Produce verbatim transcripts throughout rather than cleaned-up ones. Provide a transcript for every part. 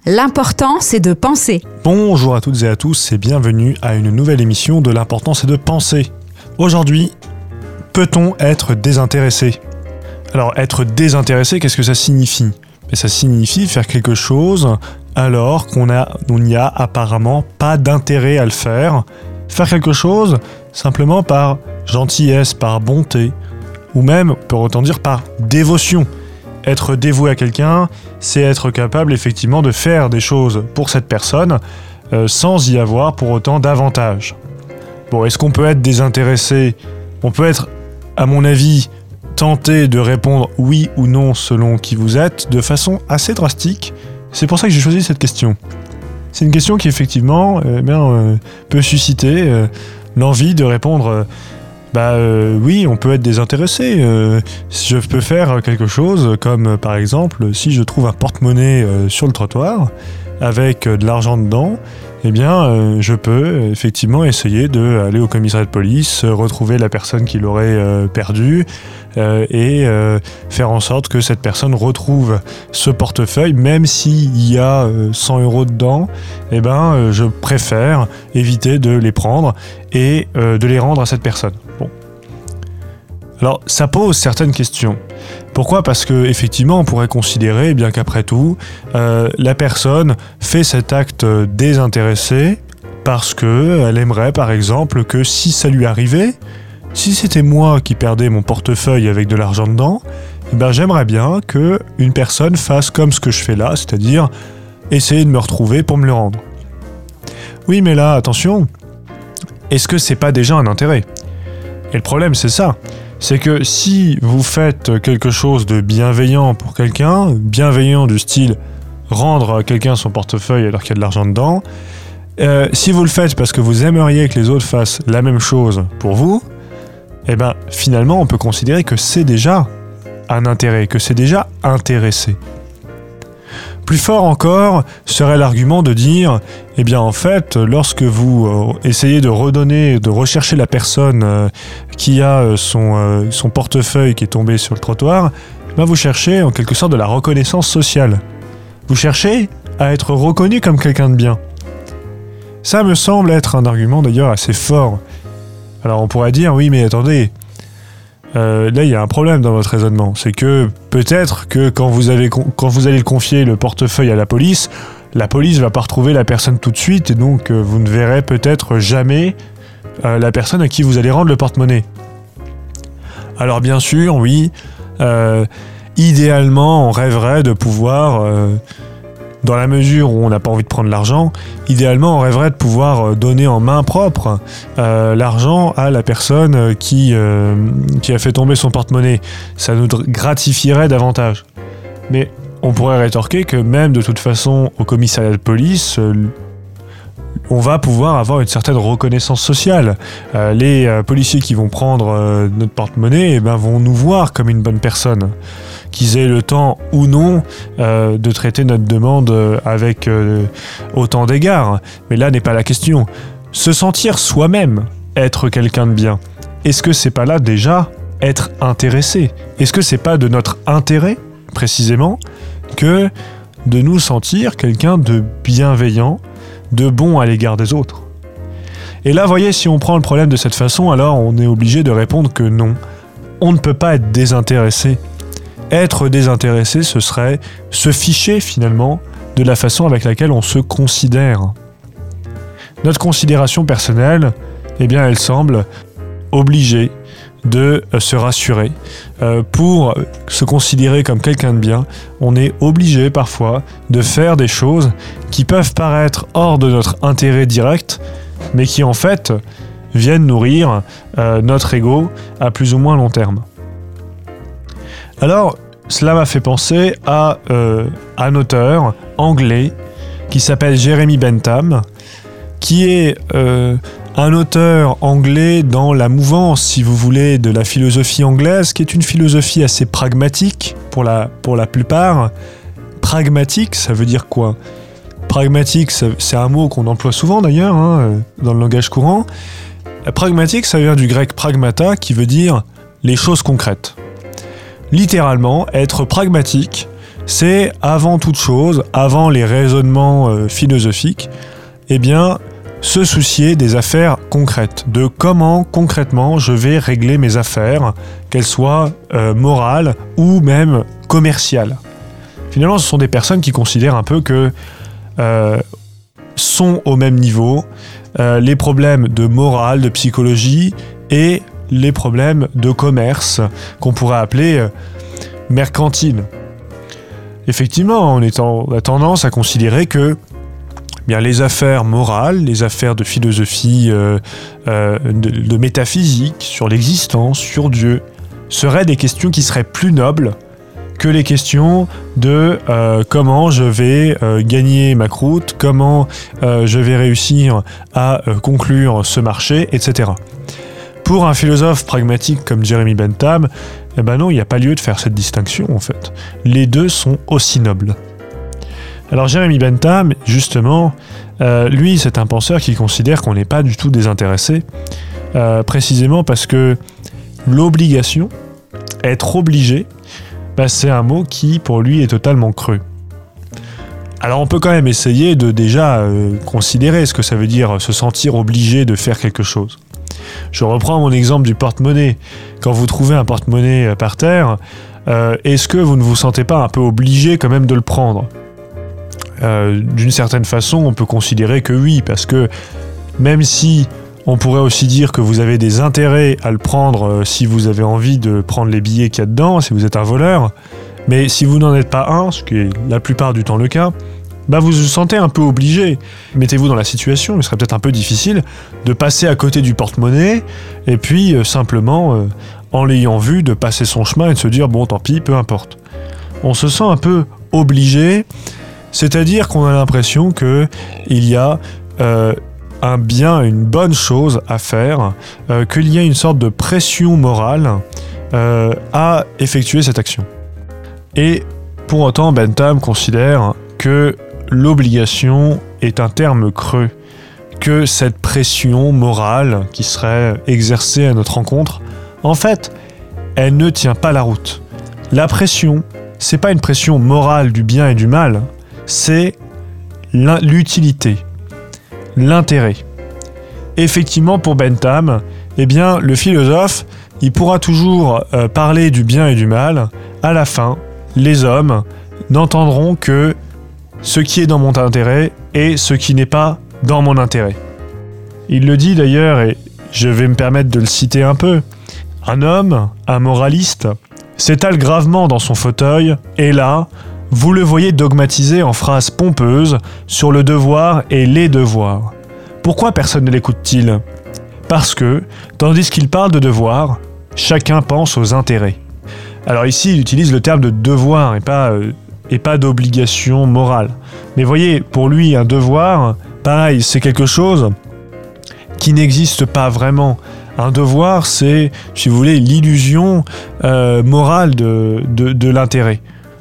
L'important, c'est de penser. Bonjour à toutes et à tous et bienvenue à une nouvelle émission de L'important, c'est de penser. Aujourd'hui, peut-on être désintéressé ? Alors, être désintéressé, qu'est-ce que ça signifie ? Mais ça signifie faire quelque chose alors qu'on a, on n'y a apparemment pas d'intérêt à le faire. Faire quelque chose simplement par gentillesse, par bonté, ou même, on peut autant dire, par dévotion. Être dévoué à quelqu'un, c'est être capable effectivement de faire des choses pour cette personne euh, sans y avoir pour autant d'avantages. Bon, est-ce qu'on peut être désintéressé ? On peut être, à mon avis, tenté de répondre oui ou non selon qui vous êtes de façon assez drastique. C'est pour ça que j'ai choisi cette question. C'est une question qui effectivement euh, bien, euh, peut susciter euh, l'envie de répondre euh, bah euh, oui, on peut être désintéressé. Euh, je peux faire quelque chose comme euh, par exemple si je trouve un porte-monnaie euh, sur le trottoir avec euh, de l'argent dedans, eh bien euh, je peux euh, effectivement essayer d'aller au commissariat de police, euh, retrouver la personne qui l'aurait euh, perdu euh, et euh, faire en sorte que cette personne retrouve ce portefeuille, même s'il y a euh, cent euros dedans, eh ben euh, je préfère éviter de les prendre et euh, de les rendre à cette personne. Bon. Alors, ça pose certaines questions. Pourquoi ? Parce que effectivement, on pourrait considérer, bien qu'après tout, euh, la personne fait cet acte désintéressé parce que elle aimerait, par exemple, que si ça lui arrivait, si c'était moi qui perdais mon portefeuille avec de l'argent dedans, eh ben j'aimerais bien que une personne fasse comme ce que je fais là, c'est-à-dire essayer de me retrouver pour me le rendre. Oui, mais là, attention, est-ce que c'est pas déjà un intérêt ? Et le problème, c'est ça. C'est que si vous faites quelque chose de bienveillant pour quelqu'un, bienveillant du style rendre à quelqu'un son portefeuille alors qu'il y a de l'argent dedans, euh, si vous le faites parce que vous aimeriez que les autres fassent la même chose pour vous, eh ben finalement on peut considérer que c'est déjà un intérêt, que c'est déjà intéressé. Plus fort encore serait l'argument de dire, eh bien en fait, lorsque vous euh, essayez de redonner, de rechercher la personne euh, qui a euh, son, euh, son portefeuille qui est tombé sur le trottoir, ben vous cherchez en quelque sorte de la reconnaissance sociale. Vous cherchez à être reconnu comme quelqu'un de bien. Ça me semble être un argument d'ailleurs assez fort. Alors on pourrait dire, oui mais attendez, Euh, là, il y a un problème dans votre raisonnement. C'est que peut-être que quand vous, avez, quand vous allez le confier le portefeuille à la police, la police ne va pas retrouver la personne tout de suite et donc euh, vous ne verrez peut-être jamais euh, la personne à qui vous allez rendre le porte-monnaie. Alors bien sûr, oui, euh, idéalement, on rêverait de pouvoir... Euh, Dans la mesure où on n'a pas envie de prendre l'argent, idéalement, on rêverait de pouvoir donner en main propre euh, l'argent à la personne qui, euh, qui a fait tomber son porte-monnaie. Ça nous gratifierait davantage. Mais on pourrait rétorquer que même de toute façon, au commissariat de police, euh, on va pouvoir avoir une certaine reconnaissance sociale. Euh, les euh, policiers qui vont prendre euh, notre porte-monnaie eh ben, vont nous voir comme une bonne personne. Qu'ils aient le temps ou non euh, de traiter notre demande avec euh, autant d'égards. Mais là n'est pas la question. Se sentir soi-même être quelqu'un de bien, est-ce que c'est pas là déjà être intéressé ? Est-ce que c'est pas de notre intérêt, précisément, que de nous sentir quelqu'un de bienveillant, de bon à l'égard des autres ? Et là, voyez, si on prend le problème de cette façon, alors on est obligé de répondre que non. On ne peut pas être désintéressé. Être désintéressé, ce serait se ficher finalement de la façon avec laquelle on se considère. Notre considération personnelle, eh bien, elle semble obligée de se rassurer. Euh, pour se considérer comme quelqu'un de bien, on est obligé parfois de faire des choses qui peuvent paraître hors de notre intérêt direct, mais qui en fait viennent nourrir euh, notre ego à plus ou moins long terme. Alors, cela m'a fait penser à euh, un auteur anglais qui s'appelle Jeremy Bentham, qui est euh, un auteur anglais dans la mouvance, si vous voulez, de la philosophie anglaise, qui est une philosophie assez pragmatique, pour la, pour la plupart. Pragmatique, ça veut dire quoi ? Pragmatique, c'est un mot qu'on emploie souvent d'ailleurs, hein, dans le langage courant. Pragmatique, ça vient du grec pragmata, qui veut dire les choses concrètes. Littéralement, être pragmatique, c'est avant toute chose, avant les raisonnements euh, philosophiques, eh bien, se soucier des affaires concrètes, de comment concrètement je vais régler mes affaires, qu'elles soient euh, morales ou même commerciales. Finalement, ce sont des personnes qui considèrent un peu que euh, sont au même niveau euh, les problèmes de morale, de psychologie et les problèmes de commerce qu'on pourrait appeler euh, mercantile. Effectivement, on, est en, on a tendance à considérer que bien, les affaires morales, les affaires de philosophie, euh, euh, de, de métaphysique, sur l'existence, sur Dieu, seraient des questions qui seraient plus nobles que les questions de euh, comment je vais euh, gagner ma croûte, comment euh, je vais réussir à euh, conclure ce marché, et cetera. Pour un philosophe pragmatique comme Jeremy Bentham, eh ben non, il n'y a pas lieu de faire cette distinction en fait. Les deux sont aussi nobles. Alors Jeremy Bentham, justement, euh, lui, c'est un penseur qui considère qu'on n'est pas du tout désintéressé, euh, précisément parce que l'obligation, être obligé, bah, c'est un mot qui, pour lui, est totalement creux. Alors on peut quand même essayer de déjà euh, considérer ce que ça veut dire se sentir obligé de faire quelque chose. Je reprends mon exemple du porte-monnaie. Quand vous trouvez un porte-monnaie par terre, euh, est-ce que vous ne vous sentez pas un peu obligé quand même de le prendre ? Euh, d'une certaine façon, on peut considérer que oui, parce que même si on pourrait aussi dire que vous avez des intérêts à le prendre euh, si vous avez envie de prendre les billets qu'il y a dedans, si vous êtes un voleur, mais si vous n'en êtes pas un, ce qui est la plupart du temps le cas, bah vous vous sentez un peu obligé. Mettez-vous dans la situation, il serait peut-être un peu difficile de passer à côté du porte-monnaie et puis euh, simplement, euh, en l'ayant vu, de passer son chemin et de se dire bon tant pis, peu importe. On se sent un peu obligé, c'est-à-dire qu'on a l'impression qu'il y a euh, un bien, une bonne chose à faire, euh, qu'il y a une sorte de pression morale euh, à effectuer cette action. Et pour autant, Bentham considère que l'obligation est un terme creux, que cette pression morale qui serait exercée à notre encontre, en fait, elle ne tient pas la route. La pression, c'est pas une pression morale du bien et du mal, c'est l'utilité, l'intérêt. Effectivement, pour Bentham, eh bien, le philosophe, il pourra toujours euh, parler du bien et du mal. À la fin, les hommes n'entendront que ce qui est dans mon intérêt et ce qui n'est pas dans mon intérêt. Il le dit d'ailleurs, et je vais me permettre de le citer un peu. Un homme, un moraliste, s'étale gravement dans son fauteuil, et là, vous le voyez dogmatiser en phrases pompeuses sur le devoir et les devoirs. Pourquoi personne ne l'écoute-t-il ? Parce que, tandis qu'il parle de devoir, chacun pense aux intérêts. Alors ici, il utilise le terme de devoir et pas, euh, et pas d'obligation morale. Mais voyez, pour lui, un devoir, pareil, c'est quelque chose qui n'existe pas vraiment. Un devoir, c'est, si vous voulez, l'illusion euh, morale de, de, de l'intérêt.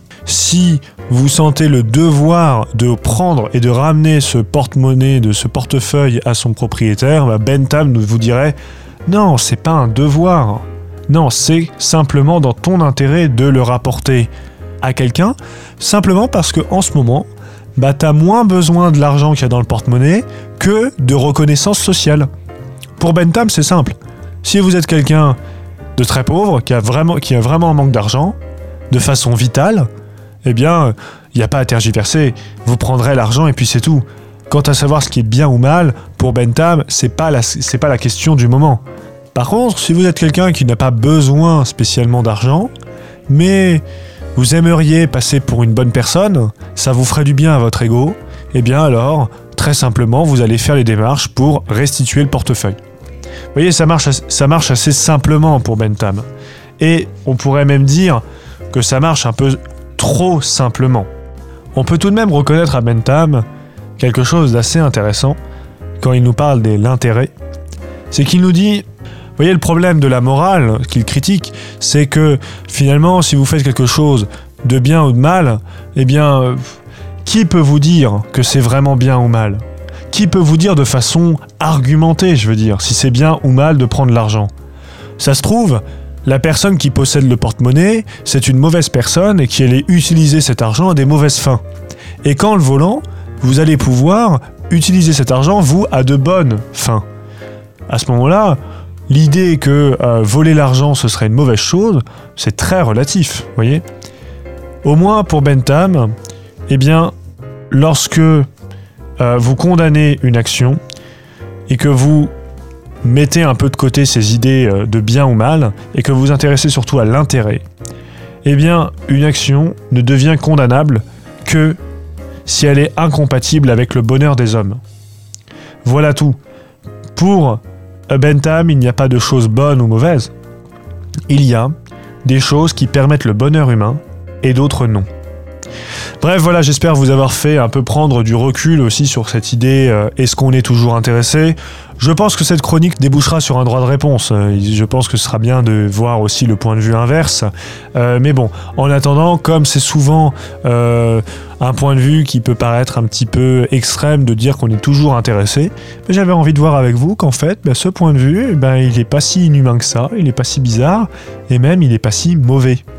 Si vous sentez le devoir de prendre et de ramener ce porte-monnaie, de ce portefeuille à son propriétaire, bah Bentham vous dirait « Non, c'est pas un devoir. Non, c'est simplement dans ton intérêt de le rapporter à quelqu'un, simplement parce qu'en ce moment, bah, tu as moins besoin de l'argent qu'il y a dans le porte-monnaie que de reconnaissance sociale. » Pour Bentham, c'est simple. Si vous êtes quelqu'un de très pauvre, qui a vraiment, qui a vraiment un manque d'argent, de façon vitale, eh bien, il n'y a pas à tergiverser. Vous prendrez l'argent et puis c'est tout. Quant à savoir ce qui est bien ou mal, pour Bentham, c'est pas la, c'est pas la question du moment. Par contre, si vous êtes quelqu'un qui n'a pas besoin spécialement d'argent, mais vous aimeriez passer pour une bonne personne, ça vous ferait du bien à votre ego, eh bien alors, très simplement, vous allez faire les démarches pour restituer le portefeuille. Vous voyez, ça marche, ça marche assez simplement pour Bentham. Et on pourrait même dire que ça marche un peu trop simplement. On peut tout de même reconnaître à Bentham quelque chose d'assez intéressant quand il nous parle de l'intérêt. C'est qu'il nous dit, vous voyez, le problème de la morale qu'il critique, c'est que finalement, si vous faites quelque chose de bien ou de mal, eh bien, qui peut vous dire que c'est vraiment bien ou mal ? Qui peut vous dire de façon argumentée, je veux dire, si c'est bien ou mal de prendre l'argent ? Ça se trouve, La personne qui possède le porte-monnaie, c'est une mauvaise personne et qui allait utiliser cet argent à des mauvaises fins. Et qu'en le volant, vous allez pouvoir utiliser cet argent, vous, à de bonnes fins. À ce moment-là, l'idée que euh, voler l'argent, ce serait une mauvaise chose, c'est très relatif, vous voyez. Au moins, pour Bentham, eh bien, lorsque euh, vous condamnez une action et que vous mettez un peu de côté ces idées euh, de bien ou mal et que vous vous intéressez surtout à l'intérêt, eh bien, une action ne devient condamnable que si elle est incompatible avec le bonheur des hommes. Voilà tout. Pour Bentham, il n'y a pas de choses bonnes ou mauvaises. Il y a des choses qui permettent le bonheur humain et d'autres non. Bref, voilà, j'espère vous avoir fait un peu prendre du recul aussi sur cette idée euh, est-ce qu'on est toujours intéressé ? Je pense que cette chronique débouchera sur un droit de réponse. Je pense que ce sera bien de voir aussi le point de vue inverse. Euh, mais bon, en attendant, comme c'est souvent euh, un point de vue qui peut paraître un petit peu extrême de dire qu'on est toujours intéressé, j'avais envie de voir avec vous qu'en fait, ben, ce point de vue, ben, il n'est pas si inhumain que ça, il n'est pas si bizarre, et même il n'est pas si mauvais.